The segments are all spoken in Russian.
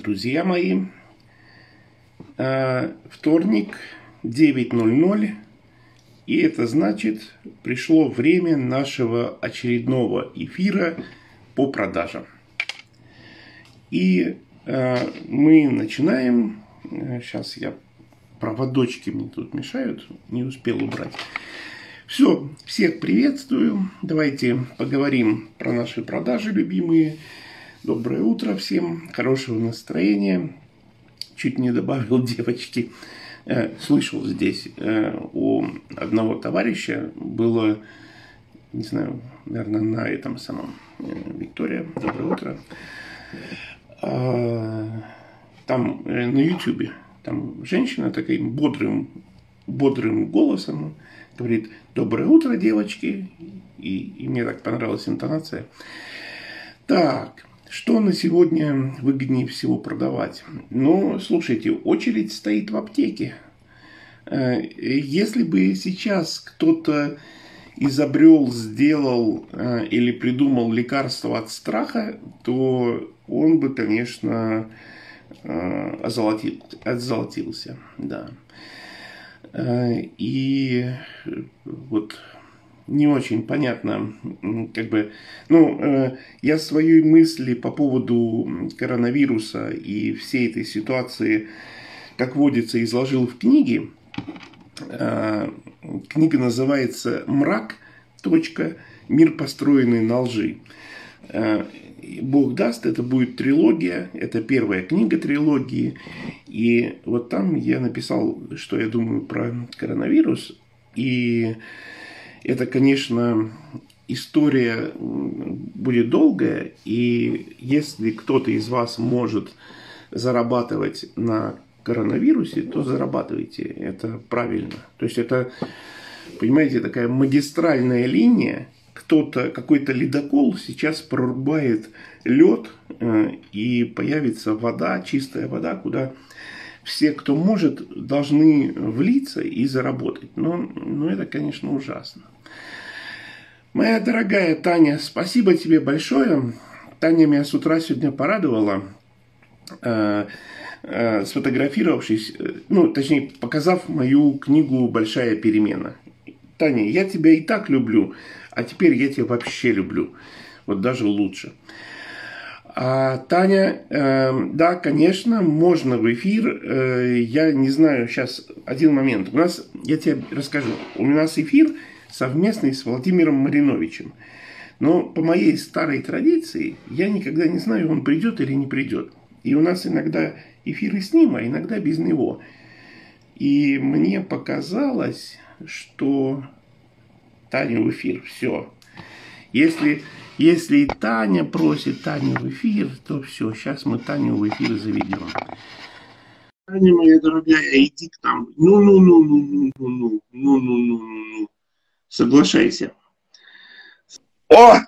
друзья мои. Вторник, 9:00. И это значит, пришло время нашего очередного эфира по продажам. И мы начинаем. Сейчас проводочки мне тут мешают, не успел убрать. Все, всех приветствую. Давайте поговорим про наши продажи любимые. Доброе утро всем, хорошего настроения. Чуть не добавил девочки. Слышал здесь у одного товарища, было, не знаю, наверное, на этом самом. Виктория, доброе утро. Там на YouTube, там женщина таким бодрым голосом говорит: доброе утро, девочки. И мне так понравилась интонация. Так, что на сегодня выгоднее всего продавать? Ну, слушайте, очередь стоит в аптеке. Если бы сейчас кто-то изобрел, сделал или придумал лекарство от страха, то он бы, конечно, озолотился. Да. И вот не очень понятно, я свои мысли по поводу коронавируса и всей этой ситуации, как водится, изложил в книге. Книга называется «Мрак. Мир, построенный на лжи». Бог даст, это будет трилогия, это первая книга трилогии. И вот там я написал, что я думаю про коронавирус. И это, конечно, история будет долгая. И если кто-то из вас может зарабатывать на коронавирусе, то зарабатывайте. Это правильно. То есть это, понимаете, такая магистральная линия. Кто-то, какой-то ледокол сейчас прорубает лед, и появится вода, чистая вода, куда все, кто может, должны влиться и заработать. Но это, конечно, ужасно. Моя дорогая Таня, спасибо тебе большое. Таня меня с утра сегодня порадовала, сфотографировавшись, точнее, показав мою книгу «Большая перемена». Таня, я тебя и так люблю, а теперь я тебя вообще люблю. Вот даже лучше. Таня, да, конечно, можно в эфир. Я не знаю, сейчас один момент. Я тебе расскажу. У нас эфир совместный с Владимиром Мариновичем. Но по моей старой традиции я никогда не знаю, он придет или не придет. И у нас иногда эфиры с ним, а иногда без него. И мне показалось, что Таня в эфир. Все. Если Таня просит Таню в эфир, то все. Сейчас мы Таню в эфир заведем. Таня, моя дорогая, иди к нам. Ну. Соглашайся. О!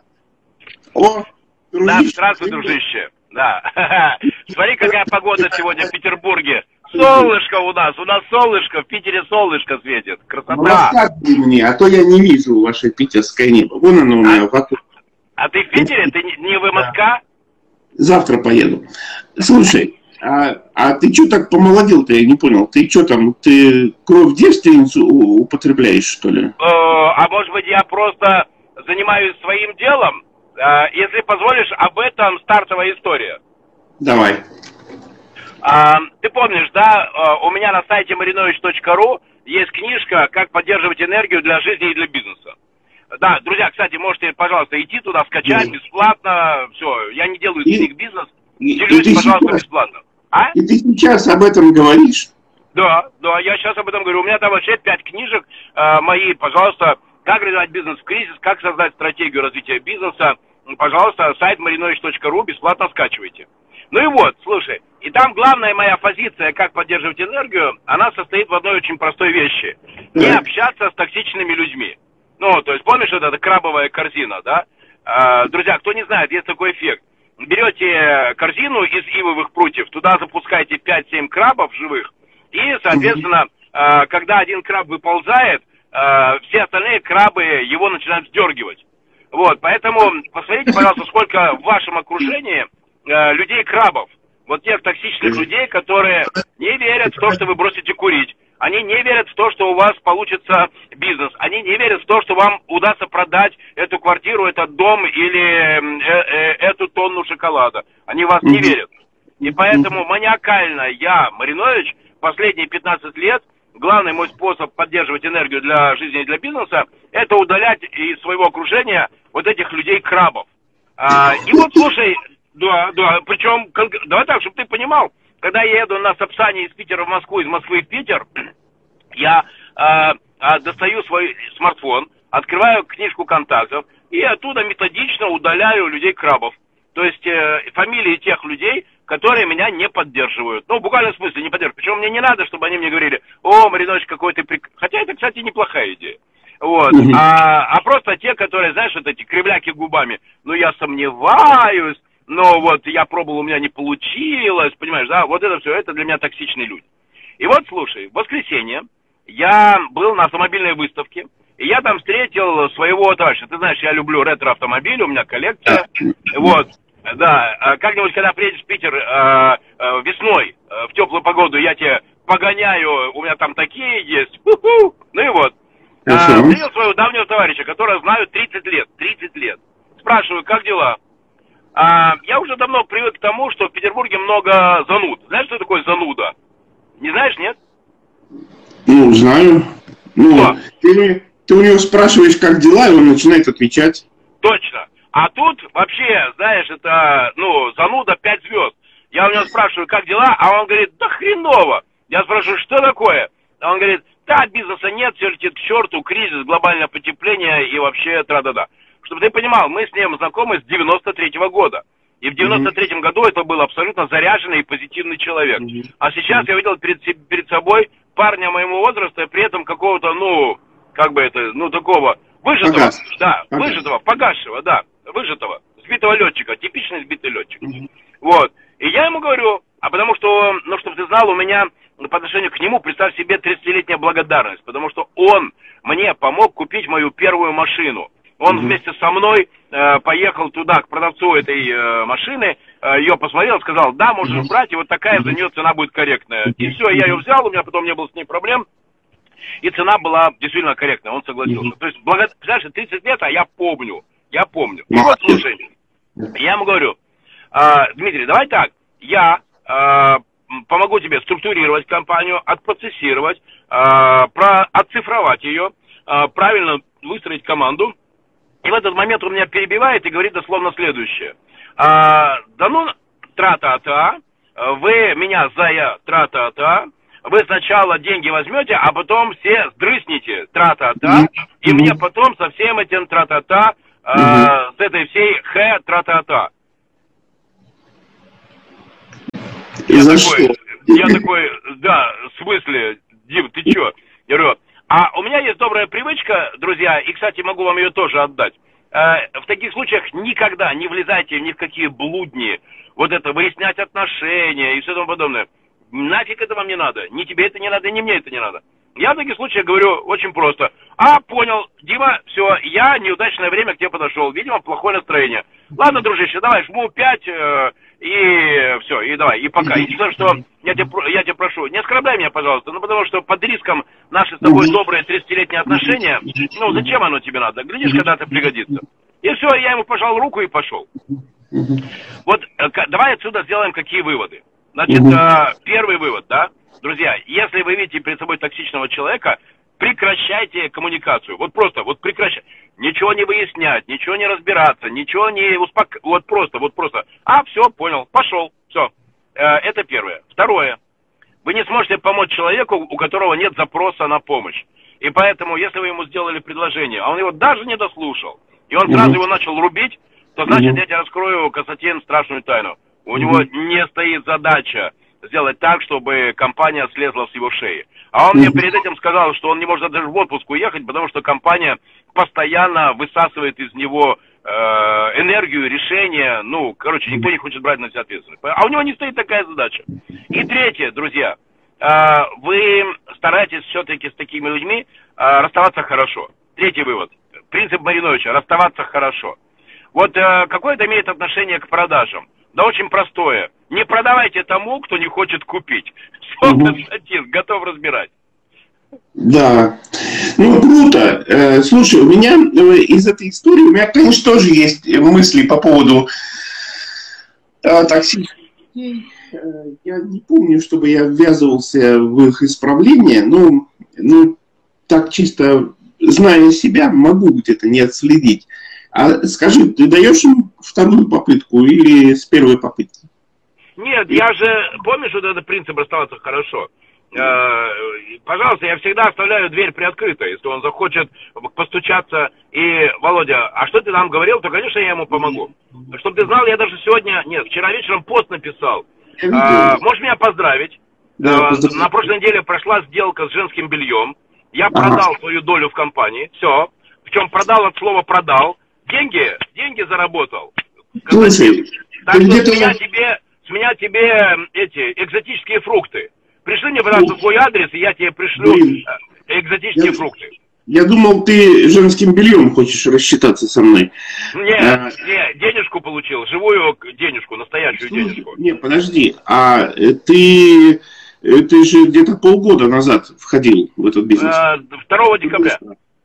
Да, здравствуй, дружище. Да. Смотри, какая погода сегодня в Петербурге. Солнышко у нас солнышко, в Питере солнышко светит. Красота. Ну, рассказывай мне, а то я не вижу ваше питерское небо. Вон оно у меня вокруг. А ты в Питере? Ты не в МСК? Завтра поеду. Слушай, а ты что так помолодел-то, я не понял. Ты что там, ты кровь девственницу употребляешь, что ли? А может быть, я просто занимаюсь своим делом? Если позволишь, об этом стартовая история. Давай. Ты помнишь, да, у меня на сайте marinovich.ru есть книжка «Как поддерживать энергию для жизни и для бизнеса». Да, друзья, кстати, можете, пожалуйста, идти туда, скачать бесплатно. Все, я не делаю книг бизнес. Делюсь, пожалуйста, бесплатно. И ты сейчас об этом говоришь? Да, я сейчас об этом говорю. У меня там вообще 5 книжек мои, пожалуйста, как развивать бизнес в кризис, как создать стратегию развития бизнеса. Пожалуйста, сайт marinovich.ru бесплатно скачивайте. Ну и вот, слушай, и там главная моя позиция, как поддерживать энергию, она состоит в одной очень простой вещи. Не общаться с токсичными людьми. То есть, помнишь, это крабовая корзина, да? Друзья, кто не знает, есть такой эффект. Берете корзину из ивовых прутьев, туда запускаете 5-7 крабов живых, и, соответственно, когда один краб выползает, все остальные крабы его начинают сдергивать. Вот, поэтому посмотрите, пожалуйста, сколько в вашем окружении людей-крабов. Вот тех токсичных людей, которые не верят в то, что вы бросите курить. Они не верят в то, что у вас получится бизнес. Они не верят в то, что вам удастся продать эту квартиру, этот дом или эту тонну шоколада. Они в вас не верят. И поэтому маниакально я, Маринович, последние 15 лет, главный мой способ поддерживать энергию для жизни и для бизнеса, это удалять из своего окружения вот этих людей-крабов. И вот, слушай, да, причем, давай так, чтобы ты понимал, когда я еду на Сапсане из Питера в Москву, из Москвы в Питер, я достаю свой смартфон, открываю книжку контактов и оттуда методично удаляю людей-крабов. То есть фамилии тех людей, которые меня не поддерживают. Ну, в буквальном смысле не поддерживают. Причем мне не надо, чтобы они мне говорили: о, Маринович, какой ты Хотя это, кстати, неплохая идея. Вот. А просто те, которые, знаешь, вот эти кривляки губами. Ну, я сомневаюсь, но вот я пробовал, у меня не получилось, понимаешь, да? Вот это все, это для меня токсичные люди. И вот, слушай, в воскресенье я был на автомобильной выставке, и я там встретил своего товарища. Ты знаешь, я люблю ретро-автомобили, у меня коллекция. Вот. Да, как-нибудь, когда приедешь в Питер весной, в теплую погоду, я тебе погоняю, у меня там такие есть. Ну и вот. Встретил своего давнего товарища, которого знаю 30 лет. 30 лет. Спрашиваю, как дела? Я уже давно привык к тому, что в Петербурге много зануд. Знаешь, что такое зануда? Не знаешь, нет? Ну, знаю. Ну, ты у него спрашиваешь, как дела, и он начинает отвечать. Точно. А тут вообще, знаешь, это, зануда 5 звезд. Я у него спрашиваю, как дела, а он говорит: да хреново. Я спрашиваю, что такое? А он говорит: да, бизнеса нет, все летит к черту, кризис, глобальное потепление и вообще тра-да-да. Чтобы ты понимал, мы с ним знакомы с 93-го года. И в 93-м году это был абсолютно заряженный и позитивный человек. А сейчас я видел перед собой парня моего возраста, при этом какого-то, такого выжатого, погасшего, выжатого, сбитого летчика, типичный сбитый летчик. Вот. И я ему говорю, потому что, чтобы ты знал, у меня по отношению к нему, представь себе, 30-летняя благодарность, потому что он мне помог купить мою первую машину. Он вместе со мной поехал туда, к продавцу этой машины, ее посмотрел, сказал: да, можешь брать, и вот такая за нее цена будет корректная. И все, я ее взял, у меня потом не было с ней проблем, и цена была действительно корректная, он согласился. То есть, знаешь, 30 лет, а я помню. И вот, слушай, я ему говорю: Дмитрий, давай так, я помогу тебе структурировать компанию, отпроцессировать, отцифровать ее, правильно выстроить команду. И в этот момент он меня перебивает и говорит дословно следующее: тра-та-та, вы меня тра-та-та, вы сначала деньги возьмете, а потом все сдрыснете, тра-та-та, и мне потом со всем этим тра-та-та, с этой всей тра-та-та. Я такой, да, в смысле, Дим, ты чё? Я говорю: а у меня есть добрая привычка, друзья, и, кстати, могу вам ее тоже отдать. В таких случаях никогда не влезайте ни в какие блудни, вот это, выяснять отношения и все тому подобное. Нафиг это вам не надо. Ни тебе это не надо, ни мне это не надо. Я в таких случаях говорю очень просто: понял, Дима, все, я неудачное время к тебе подошел, видимо, плохое настроение. Ладно, дружище, давай, жму 5, и все, и давай, и пока. Единственное, что я тебя прошу, не оскорбляй меня, пожалуйста, потому что под риском наши с тобой добрые 30-летние отношения, зачем оно тебе надо? Глядишь, когда это пригодится. И все, я ему пожал руку и пошел. Вот давай отсюда сделаем какие выводы. Значит, первый вывод, да, друзья, если вы видите перед собой токсичного человека, прекращайте коммуникацию. Вот просто, прекращайте. Ничего не выяснять, ничего не разбираться, ничего не вот просто. Все, понял, пошел, все. Это первое. Второе. Вы не сможете помочь человеку, у которого нет запроса на помощь. И поэтому, если вы ему сделали предложение, а он его даже не дослушал, и он сразу его начал рубить, то значит, я тебе раскрою, Константин, страшную тайну. У него не стоит задача сделать так, чтобы компания слезла с его шеи. А он мне перед этим сказал, что он не может даже в отпуск уехать, потому что компания постоянно высасывает из него энергию, решения. Никто не хочет брать на себя ответственность. А у него не стоит такая задача. И третье, друзья, вы стараетесь все-таки с такими людьми расставаться хорошо. Третий вывод. Принцип Мариновича: расставаться хорошо. Вот какое это имеет отношение к продажам? Да очень простое. Не продавайте тому, кто не хочет купить. Все, Константин, готов разбирать. Да. Ну, круто. Слушай, у меня из этой истории, у меня, конечно, тоже есть мысли по поводу токсичных детей. Я не помню, чтобы я ввязывался в их исправление, но так чисто зная себя, могу где-то не отследить. А скажи, ты даешь им вторую попытку или с первой попытки? Нет, я же, помнишь, вот этот принцип расставаться хорошо? Пожалуйста, я всегда оставляю дверь приоткрытой. Если он захочет постучаться и, Володя, а что ты нам говорил, то, конечно, я ему помогу. Чтобы ты знал, я даже сегодня, нет, вчера вечером пост написал. Можешь меня поздравить. Да, на прошлой неделе прошла сделка с женским бельем. Я продал свою долю в компании. Все. Причем продал от слова продал. Деньги заработал. Слушай, так что с меня тебе эти экзотические фрукты. Пришли мне, пожалуйста, свой адрес, и я тебе пришлю экзотические фрукты. Я думал, ты женским бельем хочешь рассчитаться со мной. Не, денежку получил, живую денежку, настоящую денежку. Не, подожди, а ты же где-то полгода назад входил в этот бизнес. 2 декабря.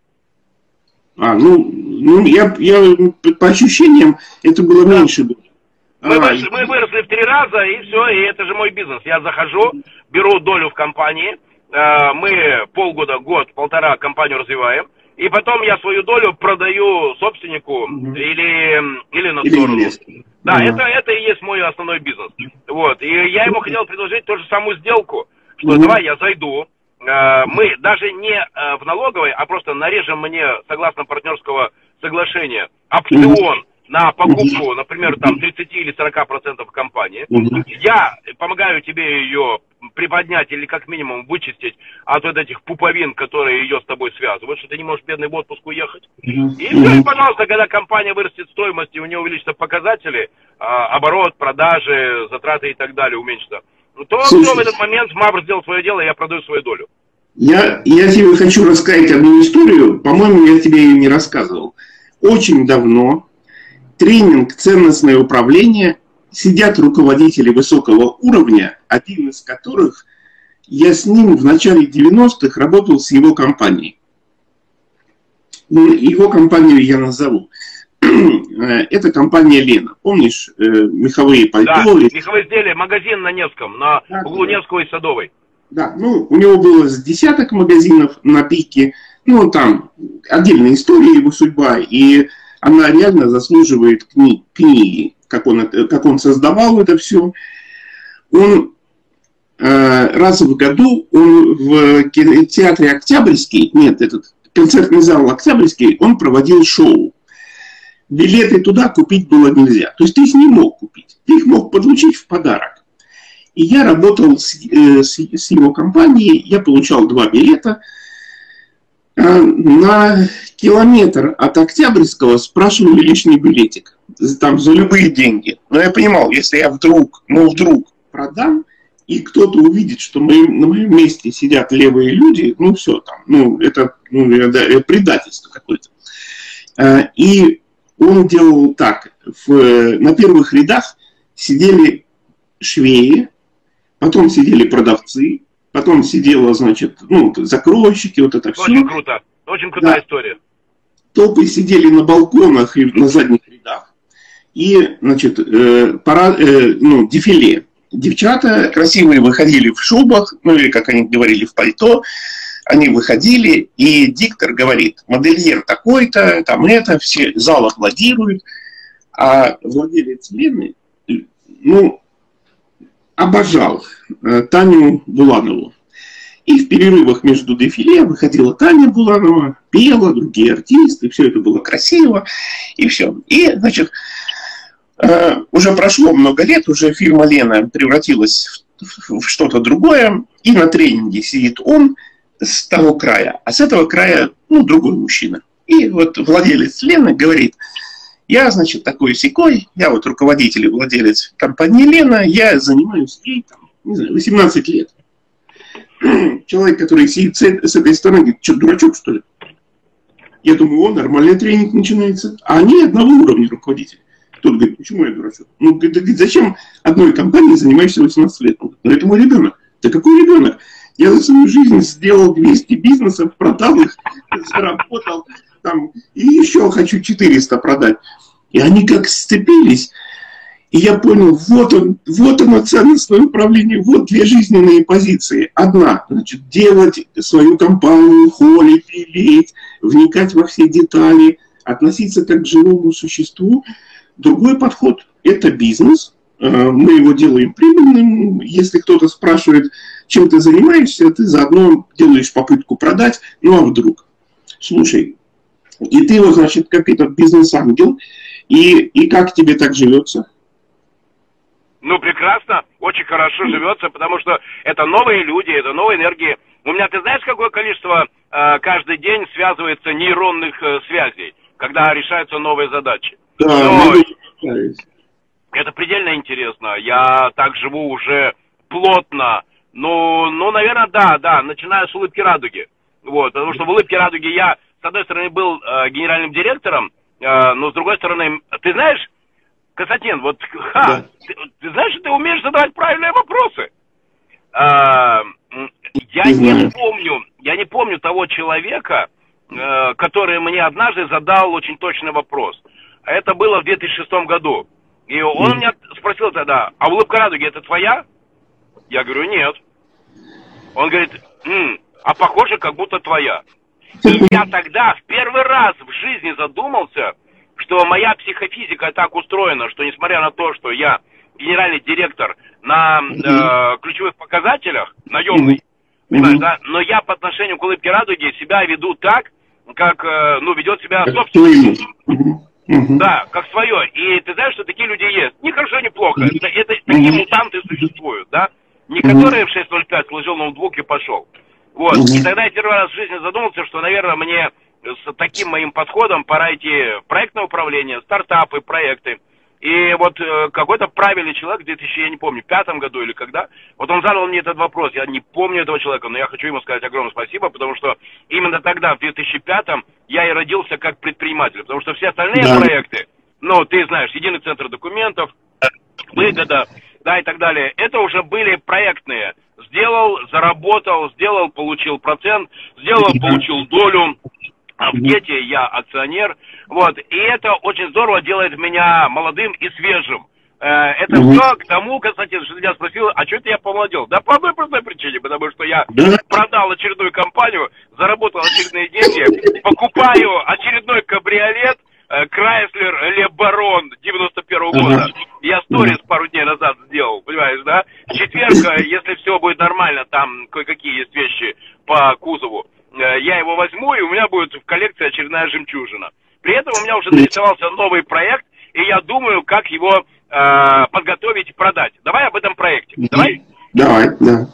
Я по ощущениям, это было меньше. Мы выросли в 3 раза, и все, и это же мой бизнес. Я захожу, беру долю в компании, мы полгода, год, полтора компанию развиваем, и потом я свою долю продаю собственнику или на сторону. Да, это и есть мой основной бизнес. Вот, и я ему хотел предложить ту же самую сделку, что давай я зайду, мы даже не в налоговой, а просто нарежем мне, согласно партнерского соглашения, опцион на покупку, например, там 30 или 40% компании. Я помогаю тебе ее приподнять или как минимум вычистить от вот этих пуповин, которые ее с тобой связывают, что ты не можешь, бедный, в отпуск уехать. И все, и, пожалуйста, когда компания вырастет стоимость, и у нее увеличатся показатели, оборот, продажи, затраты и так далее уменьшатся, то все, в этот момент Мавр сделал свое дело, и я продаю свою долю. Я тебе хочу рассказать одну историю. По-моему, я тебе ее не рассказывал. Очень давно тренинг «Ценностное управление», сидят руководители высокого уровня, один из которых я с ним в начале 90-х работал с его компанией. Его компанию я назову. Это компания «Лена». Помнишь, меховые пальто? Да, меховые изделия, магазин на Невском, на углу Невского и Садовой. Да, у него было с десяток магазинов на пике. Там отдельная история, его судьба, и она реально заслуживает книги, как он создавал это все. Он раз в году в кинотеатре Октябрьский, этот концертный зал Октябрьский, он проводил шоу. Билеты туда купить было нельзя. То есть ты их не мог купить. Ты их мог получить в подарок. И я работал с его компанией, я получал 2 билета. На километр от Октябрьского спрашивали лишний билетик. Там за любые деньги. Но я понимал, если я вдруг продам, и кто-то увидит, что на моем месте сидят левые люди, все там. Это предательство какое-то. И он делал так. На первых рядах сидели швеи, потом сидели продавцы, потом сидела, закройщики, вот это все. Очень круто. Очень крутая история. Толпы сидели на балконах и на задних рядах. И, дефиле. Девчата красивые выходили в шубах, или, как они говорили, в пальто. Они выходили, и диктор говорит, модельер такой-то, там это, все, зал аплодирует. А владелец Лены, обожал Таню Буланову. И в перерывах между дефиле выходила Таня Буланова, пела, другие артисты, все это было красиво, и все. И, уже прошло много лет, уже фирма Лена превратилась в что-то другое, и на тренинге сидит он с того края, а с этого края, другой мужчина. И вот владелец Лены говорит, я, такой-сякой, я руководитель и владелец компании Лена, я занимаюсь ей, 18 лет. Человек, который сидит с этой стороны, говорит, что, дурачок, что ли? Я думаю, нормальный тренинг начинается. А они одного уровня руководители. Кто-то говорит, почему я дурачок? Ну, говорит, зачем одной компании занимаешься 18 лет? Ну, это мой ребенок. Да какой ребенок? Я за свою жизнь сделал 200 бизнесов, продал их, заработал, там, и еще хочу 400 продать. И они как сцепились. И я понял, вот оно ценностное управление, вот две жизненные позиции. Одна, значит, делать свою компанию, холить, лелеять, вникать во все детали, относиться как к живому существу. Другой подход – это бизнес. Мы его делаем прибыльным. Если кто-то спрашивает, чем ты занимаешься, ты заодно делаешь попытку продать. Ну, а вдруг? Слушай, и ты вот, значит, как этот бизнес-ангел, и как тебе так живется? Ну, прекрасно, очень хорошо живется, потому что это новые люди, это новые энергии. У меня, ты знаешь, какое количество каждый день связывается нейронных связей, когда решаются новые задачи? Да, это предельно интересно. Я так живу уже плотно. Ну, наверное, да, начиная с улыбки радуги. Вот, потому что в улыбке радуги я, с одной стороны, был генеральным директором, но с другой стороны, ты знаешь, Константин, вот, да. ты знаешь, что ты умеешь задавать правильные вопросы. Я не помню того человека, который мне однажды задал очень точный вопрос. Это было в 2006 году. И он меня спросил тогда, а улыбка радуги это твоя? Я говорю, нет. Он говорит, а похоже, как будто твоя. И я тогда в первый раз в жизни задумался, что моя психофизика так устроена, что несмотря на то, что я генеральный директор на ключевых показателях, наемный, понимаешь, да, но я по отношению к улыбке радуги себя веду так, как, ведет себя собственник. Да, как свое. И ты знаешь, что такие люди есть. Ни хорошо, ни плохо. Это такие мутанты существуют, да, не которые в 6:05 сложил ноутбук и пошел. Вот. И тогда я первый раз в жизни задумался, что, наверное, мне с таким моим подходом пора идти в проектное управление, стартапы, проекты. И вот какой-то правильный человек в 2005 году или когда, вот он задал мне этот вопрос, я не помню этого человека, но я хочу ему сказать огромное спасибо, потому что именно тогда, в 2005-м, я и родился как предприниматель, потому что все остальные проекты, ты знаешь, единый центр документов, выгода, да, и так далее, это уже были проектные. Сделал, заработал, сделал, получил процент, сделал, получил долю. А в Гете я акционер, вот, и это очень здорово делает меня молодым и свежим. Это все к тому, Константин, что ты меня спросил, а что это я помолодел? Да по одной простой причине, потому что я продал очередную компанию, заработал очередные деньги, покупаю очередной кабриолет Chrysler LeBaron 91-го года. Я сторис пару дней назад сделал, понимаешь, да? В четверг, если все будет нормально, там кое-какие есть вещи по кузову, я его возьму, и у меня будет в коллекции очередная жемчужина. При этом у меня уже нарисовался новый проект, и я думаю, как его подготовить и продать. Давай об этом проекте. Давай? Давай, да.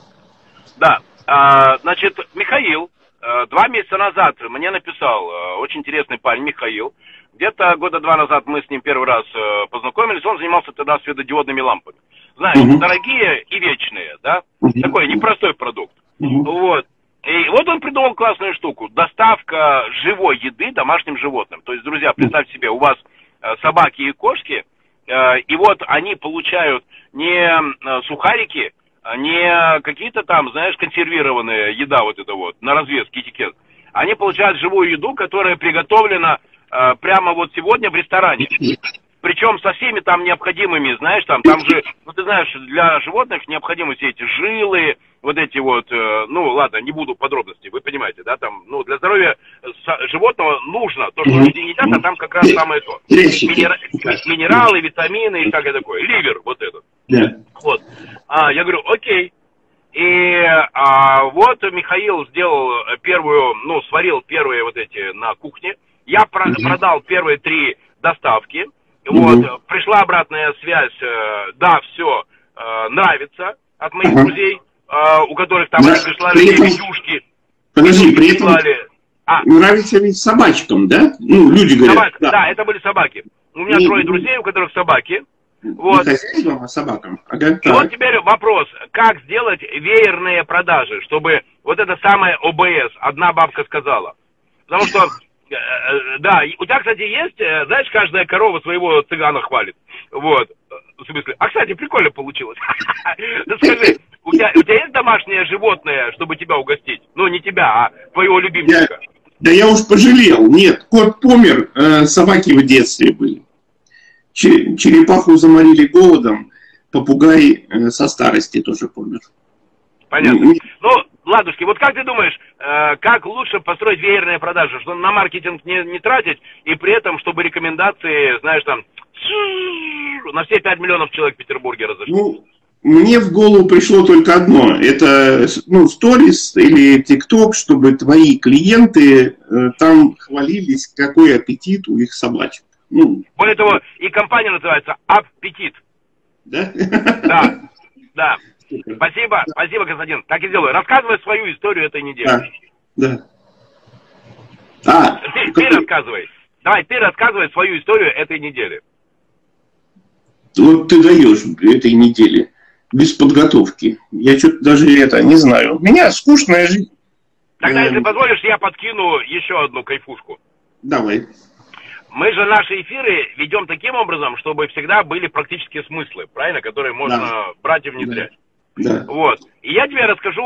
Да. Значит, Михаил 2 месяца назад мне написал, очень интересный парень, Михаил. Где-то года 2 назад мы с ним первый раз познакомились. Он занимался тогда светодиодными лампами. Знаешь, дорогие и вечные, да? Такой непростой продукт. Вот. И вот он придумал классную штуку. Доставка живой еды домашним животным. То есть, друзья, представьте себе, у вас собаки и кошки, и вот они получают не сухарики, не какие-то там, знаешь, консервированные еда вот это вот, на развеске этикет. Они получают живую еду, которая приготовлена прямо вот сегодня в ресторане. Причем со всеми там необходимыми, знаешь, там же, ты знаешь, для животных необходимы все эти жилы, вот эти вот, ладно, не буду подробностей, вы понимаете, да, там, для здоровья животного нужно то, что люди не едят, а там как раз самое то. Минералы, витамины и всякое такое. Ливер, вот этот. Вот. Я говорю, окей. И вот Михаил сделал сварил первые вот эти на кухне. Я продал первые 3 доставки. Вот, пришла обратная связь, да, все, нравится от моих друзей, у которых там прислали видюшки. Подожди, при этом нравится ведь собачкам, да? Люди говорят. Да, это были собаки. У меня 3 друзей, у которых собаки. Вот. Не хозяйством, а собакам. И вот теперь вопрос, как сделать веерные продажи, чтобы вот это самое ОБС, одна бабка сказала. Потому что Да, у тебя, кстати, есть, знаешь, каждая корова своего цыгана хвалит. Вот. В смысле. А, кстати, прикольно получилось. Скажи, у тебя есть домашнее животное, чтобы тебя угостить? Ну, не тебя, а твоего любимчика. Да я уж пожалел. Нет, кот помер, собаки в детстве были. Черепаху заморили голодом, попугай со старости тоже помер. Понятно. Ну, ладушки, вот как ты думаешь, как лучше построить веерные продажи, что на маркетинг не тратить, и при этом, чтобы рекомендации, знаешь, там, на все 5 миллионов человек в Петербурге разошлись? Ну, мне в голову пришло только одно. Это, сторис или ТикТок, чтобы твои клиенты там хвалились, какой аппетит у их собачек. Ну, более того, и компания называется «Аппетит». Да? Да, да. Спасибо, Константин. Так и сделаю. Рассказывай свою историю этой недели. Да. Ты рассказывай. Давай, ты рассказывай свою историю этой недели. Вот ты даешь этой неделе без подготовки. Я что-то даже не знаю. У меня скучная жизнь. Тогда, если позволишь, я подкину еще одну кайфушку. Давай. Мы же наши эфиры ведем таким образом, чтобы всегда были практические смыслы, правильно, которые можно брать и внедрять. Да. Вот. И я тебе расскажу,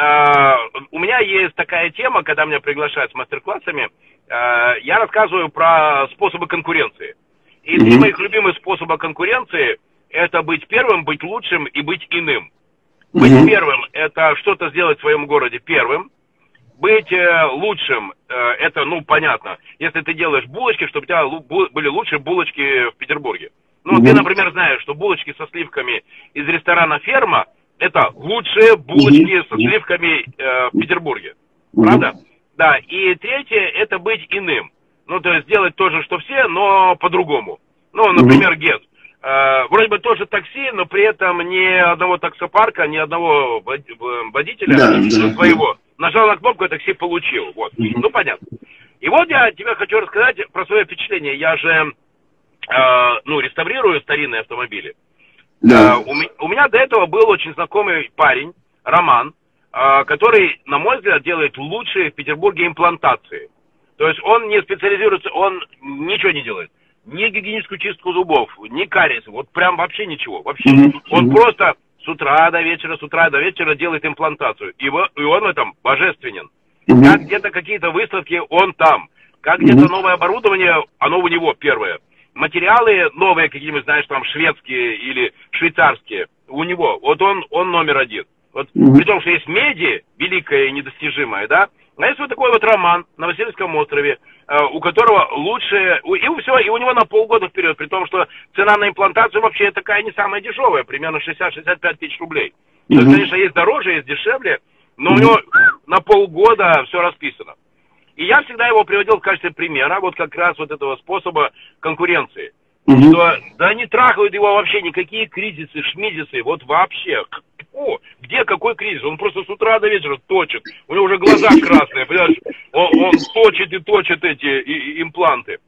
у меня есть такая тема, когда меня приглашают с мастер-классами, я рассказываю про способы конкуренции. И три моих любимых способа конкуренции – это быть первым, быть лучшим и быть иным. Быть первым – это что-то сделать в своем городе первым. Быть лучшим – это, ну, понятно. Если ты делаешь булочки, чтобы у тебя были лучшие булочки в Петербурге. Ну, ты, например, знаешь, что булочки со сливками из ресторана «Ферма» – это лучшие булочки со сливками в Петербурге. Правда? Да. И третье – это быть иным. Ну, то есть делать то же, что все, но по-другому. Ну, например, ГЕТ. Вроде бы тоже такси, но при этом ни одного таксопарка, ни одного водителя своего. Нажал на кнопку, и такси получил. Вот. Ну, понятно. И вот я тебе хочу рассказать про свое впечатление. Я же, реставрирую старинные автомобили. Да. У меня до этого был очень знакомый парень, Роман, который, на мой взгляд, делает лучшие в Петербурге имплантации. То есть он не специализируется, он ничего не делает. Ни гигиеническую чистку зубов, ни кариес, вот прям вообще ничего. Вообще. Он просто с утра до вечера делает имплантацию. И он в этом божественен. Как где-то какие-то выставки, он там. Как где-то новое оборудование, оно у него первое. Материалы новые какие-нибудь, знаешь, там шведские или швейцарские, у него. Вот он номер один. Вот, при том, что есть меди, великая и недостижимая, да, а есть вот такой вот Роман на Васильевском острове, у которого лучшее, и все, и у него на полгода вперед, при том, что цена на имплантацию вообще такая не самая дешевая, примерно 60-65 тысяч рублей. То есть, конечно, есть дороже, есть дешевле, но у него на полгода все расписано. И я всегда его приводил в качестве примера, вот как раз вот этого способа конкуренции. Что, да не трахают его вообще никакие кризисы, шмидисы, вот вообще. Где какой кризис? Он просто с утра до вечера точит. У него уже глаза красные, понимаешь? Он точит и точит эти импланты.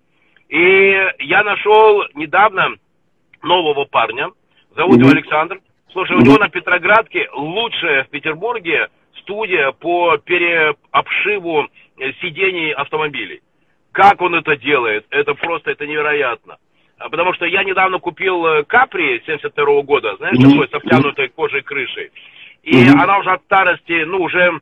И я нашел недавно нового парня, зовут его Александр. Слушай, у него на Петроградке лучшая в Петербурге студия по переобшиву сидений автомобилей. Как он это делает? Это просто, это невероятно. Потому что я недавно купил Капри 72-го года, знаешь, такой с обтянутой кожей крышей. И она уже от старости, уже,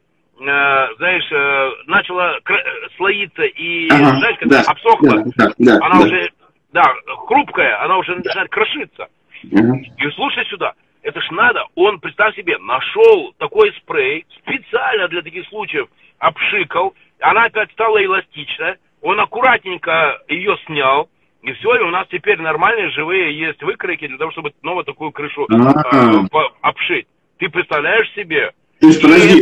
знаешь, начала слоиться и, знаешь, когда обсохла, она уже, хрупкая, она уже начинает крошиться. И слушай сюда, это ж надо, он, представь себе, нашел такой спрей, специально для таких случаев обшикал, она опять стала эластичная, он аккуратненько ее снял, и все, и у нас теперь нормальные живые есть выкройки для того, чтобы снова такую крышу обшить. Ты представляешь себе? То есть, подожди,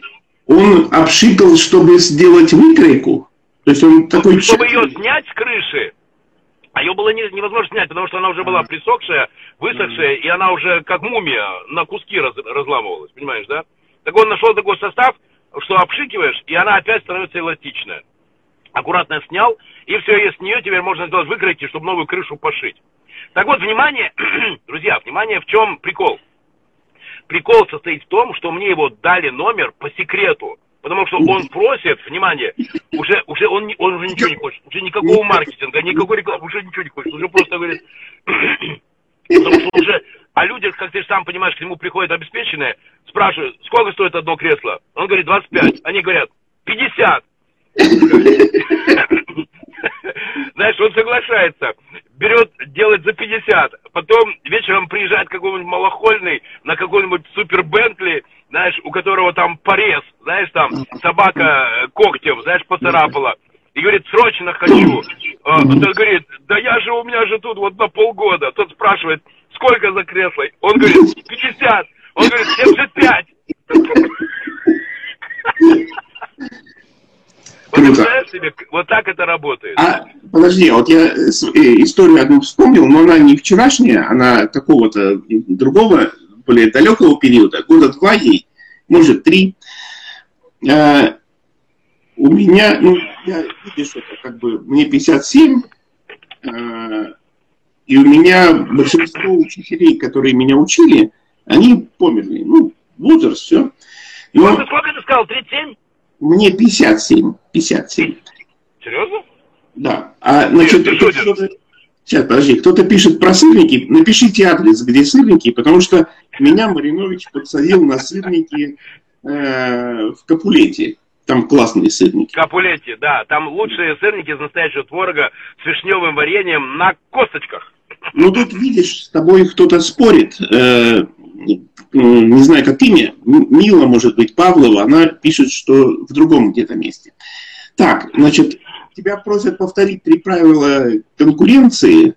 он обшикал, чтобы сделать выкройку? То есть он такой... Чтобы ее снять с крыши, а ее было невозможно снять, потому что она уже была присохшая, высохшая, и она уже как мумия на куски разламывалась, понимаешь, да? Так он нашел такой состав, что обшикиваешь, и она опять становится эластичная. Аккуратно снял, и все, и с нее теперь можно сделать выкройки, чтобы новую крышу пошить. Так вот, внимание, друзья, внимание, в чем прикол? Прикол состоит в том, что мне его дали номер по секрету. Потому что он просит, внимание, уже он уже ничего не хочет, уже никакого маркетинга, никакой рекламы, уже ничего не хочет, уже просто говорит, потому что уже, а люди, как ты же сам понимаешь, к нему приходят обеспеченные, спрашивают, сколько стоит одно кресло? Он говорит, 25, они говорят, 50. Знаешь, он соглашается, берет, делает за 50, потом вечером приезжает какой-нибудь малохольный на какой-нибудь супер Бентли, знаешь, у которого там порез, знаешь, там собака когтем, знаешь, поцарапала, и говорит, срочно хочу. Тот говорит, да у меня же тут вот на полгода. Тот спрашивает, сколько за кресло? Он говорит, 50. Он говорит, 75. Представляешь себе, вот так это работает. Подожди, вот я историю одну вспомнил, но она не вчерашняя, она какого-то другого, более далекого периода, года 2 ей, может 3. У меня, видишь, это как бы, мне 57, и у меня большинство учителей, которые меня учили, они померли, возраст, все. Но... Сколько ты сказал, 37? Мне 57. Серьезно? Да. Значит, сейчас, подожди, кто-то пишет про сырники. Напишите адрес, где сырники, потому что меня Маринович подсадил на сырники в Капулете. Там классные сырники. Капулете, да. Там лучшие сырники из настоящего творога с вишневым вареньем на косточках. Тут, видишь, с тобой кто-то спорит. Не знаю, как имя. Мила, может быть, Павлова. Она пишет, что в другом где-то месте. Так, значит, тебя просят повторить 3 правила конкуренции.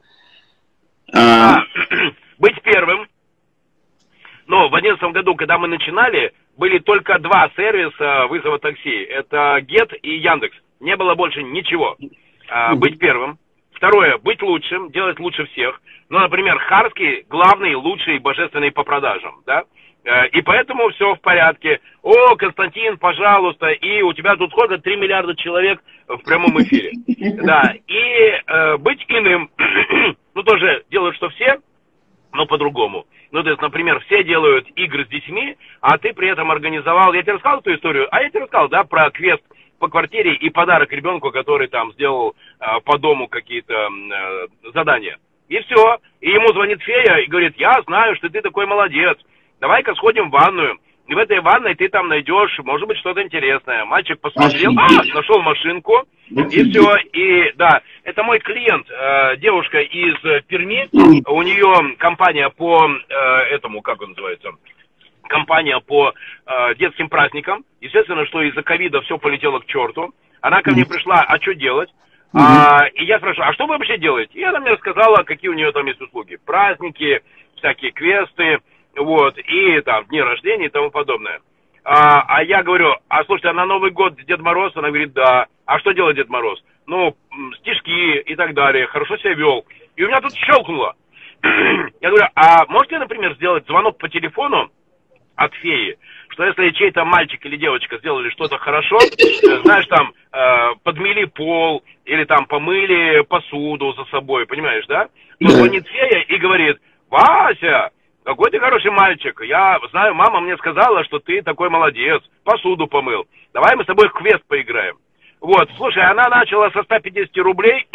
Быть первым. Но в 2011 году, когда мы начинали, были только 2 сервиса вызова такси. Это Get и Яндекс. Не было больше ничего. Быть первым. Второе, быть лучшим, делать лучше всех. Например, Харский главный, лучший, божественный по продажам, да? И поэтому все в порядке. О, Константин, пожалуйста, и у тебя тут сколько? 3 миллиарда человек в прямом эфире. Да, и быть иным, тоже делают, что все, но по-другому. То есть, например, все делают игры с детьми, а ты при этом организовал, я тебе рассказал эту историю, я тебе рассказал, да, про квест по квартире и подарок ребенку, который там сделал по дому какие-то задания. И все. И ему звонит фея и говорит, я знаю, что ты такой молодец. Давай-ка сходим в ванную. И в этой ванной ты там найдешь, может быть, что-то интересное. Мальчик посмотрел, нашел машинку, и все. И да, это мой клиент, девушка из Перми. У нее компания по этому, как он называется, компания по детским праздникам. Естественно, что из-за ковида все полетело к черту. Она ко мне пришла, а что делать? И я спрашиваю, а что вы вообще делаете? И она мне рассказала, какие у нее там есть услуги. Праздники, всякие квесты, вот, и там дни рождения и тому подобное. А я говорю, слушайте, а на Новый год Дед Мороз? Она говорит, да. А что делает Дед Мороз? Стишки и так далее, хорошо себя вел. И у меня тут щелкнуло. Я говорю, а можете, например, сделать звонок по телефону от феи, что если чей-то мальчик или девочка сделали что-то хорошо, знаешь, там, подмели пол, или там помыли посуду за собой, понимаешь, да? То звонит фея и говорит, Вася, какой ты хороший мальчик, я знаю, мама мне сказала, что ты такой молодец, посуду помыл, давай мы с тобой в квест поиграем. Вот, слушай, она начала со 150 рублей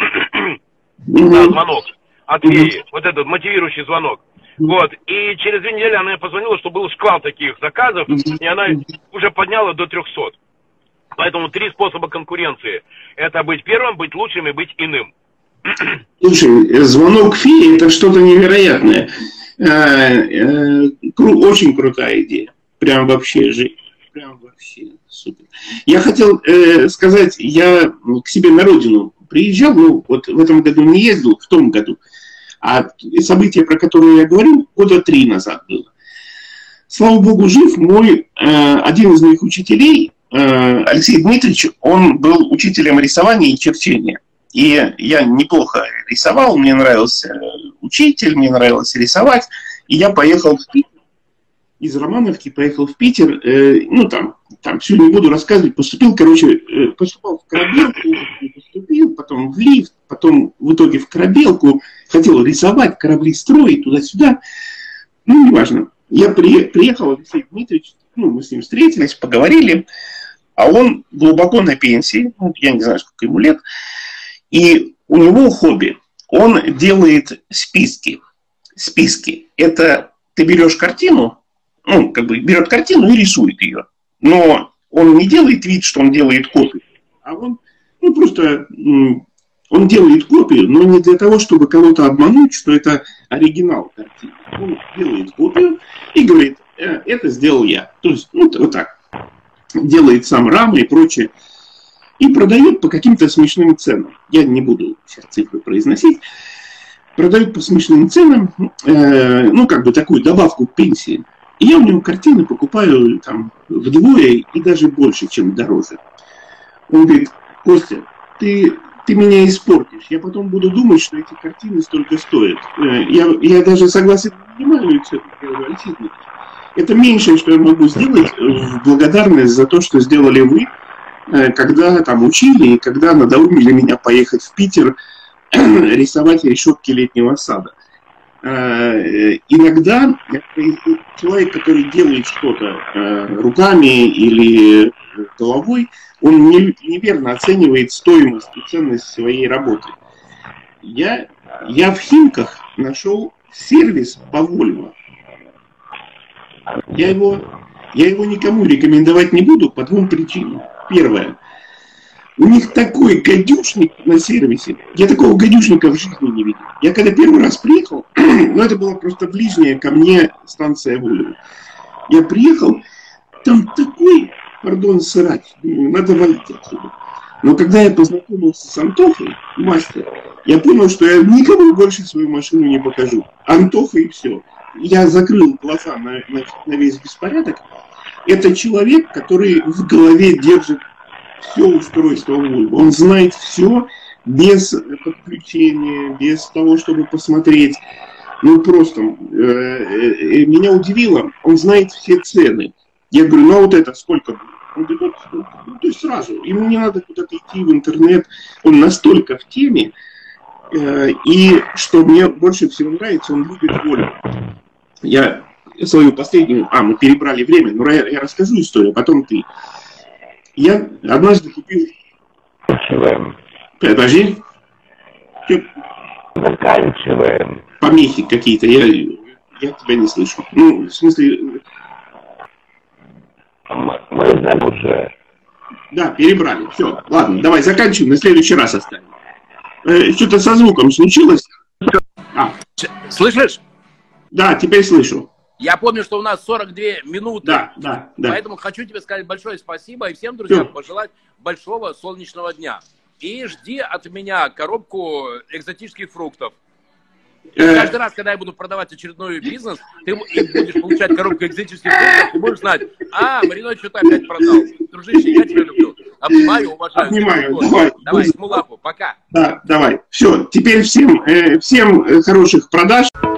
звонок от феи, вот этот мотивирующий звонок. Вот, и через 2 недели она мне позвонила, что был шквал таких заказов, и она уже подняла до 300. Поэтому 3 способа конкуренции. Это быть первым, быть лучшим и быть иным. Слушай, звонок феи – это что-то невероятное. Очень крутая идея. Прям вообще жить. Прям вообще супер. Я хотел сказать, я к себе на родину приезжал, вот в этом году не ездил, в том году. А событие, про которое я говорю, года 3 назад было. Слава богу, жив один из моих учителей, Алексей Дмитриевич, он был учителем рисования и черчения. И я неплохо рисовал, мне нравился учитель, мне нравилось рисовать. И я поехал в Питер, из Романовки поехал в Питер, там все не буду рассказывать, поступал в корабелку, потом в лифт, потом в итоге в корабелку, хотел рисовать, корабли строить, туда-сюда. Неважно. Я приехал, Алексей Дмитриевич, мы с ним встретились, поговорили. а он глубоко на пенсии, ну, я не знаю, сколько ему лет, и у него хобби. Он делает списки. Списки. Это ты берешь картину, ну, как бы берет картину и рисует ее. Но он не делает вид, что он делает копию, а он, ну, просто он делает копию, но не для того, чтобы кого-то обмануть, что это оригинал картины. Он делает копию и говорит, это сделал я. То есть, ну, вот так. Делает сам рамы и прочее. И продает по каким-то смешным ценам. Я не буду сейчас цифры произносить. Продает по смешным ценам, ну, как бы такую добавку к пенсии. И я у него картины покупаю там вдвое и даже больше, чем дороже. Он говорит, Костя, ты меня испортишь. Я потом буду думать, что эти картины столько стоят. Я даже согласен, понимаю, это меньшее, что я могу сделать в благодарность за то, что сделали вы, когда там учили, и когда надоумили меня поехать в Питер рисовать решетки летнего сада. Иногда человек, который делает что-то руками или головой, он неверно оценивает стоимость и ценность своей работы. Я в Химках нашел сервис по Volvo. Я его никому рекомендовать не буду по двум причинам. Первое. У них такой гадюшник на сервисе. Я такого гадюшника в жизни не видел. Я когда первый раз приехал, ну это была просто ближняя ко мне станция Volvo. Я приехал, там такой, пардон, срать. Надо валить отсюда. Но когда я познакомился с Антохой, мастер, я понял, что я никому больше свою машину не покажу. Антоха и все. Я закрыл глаза на весь беспорядок. Это человек, который в голове держит все устройство Volvo. Он знает все без подключения, без того, чтобы посмотреть. Ну просто меня удивило, он знает все цены. Я говорю, ну а вот это сколько будет? Он говорит, ну, то есть сразу, ему не надо куда-то идти в интернет, он настолько в теме, и что мне больше всего нравится, он любит Volvo. Я свою последнюю, мы перебрали время, но я расскажу историю, а потом ты. Я однажды купил... Заканчиваем. Подожди. Заканчиваем. Помехи какие-то, я тебя не слышу. Ну, в смысле... Мы знаем уже. Да, перебрали. Все, ладно, давай заканчиваем, на следующий раз оставим. Что-то со звуком случилось? Слышишь? Да, теперь слышу. Я помню, что у нас 42 минуты. Да. Поэтому хочу тебе сказать большое спасибо и всем друзьям пожелать большого солнечного дня. И жди от меня коробку экзотических фруктов. Каждый раз, когда я буду продавать очередной бизнес, ты будешь получать коробку экзотических фруктов, ты будешь знать, Мариной что-то опять продал. Дружище, я тебя люблю. Обнимаю, уважаю. Обнимаю. Давай, смулапу, пока. Да, давай. Все, теперь всем хороших продаж.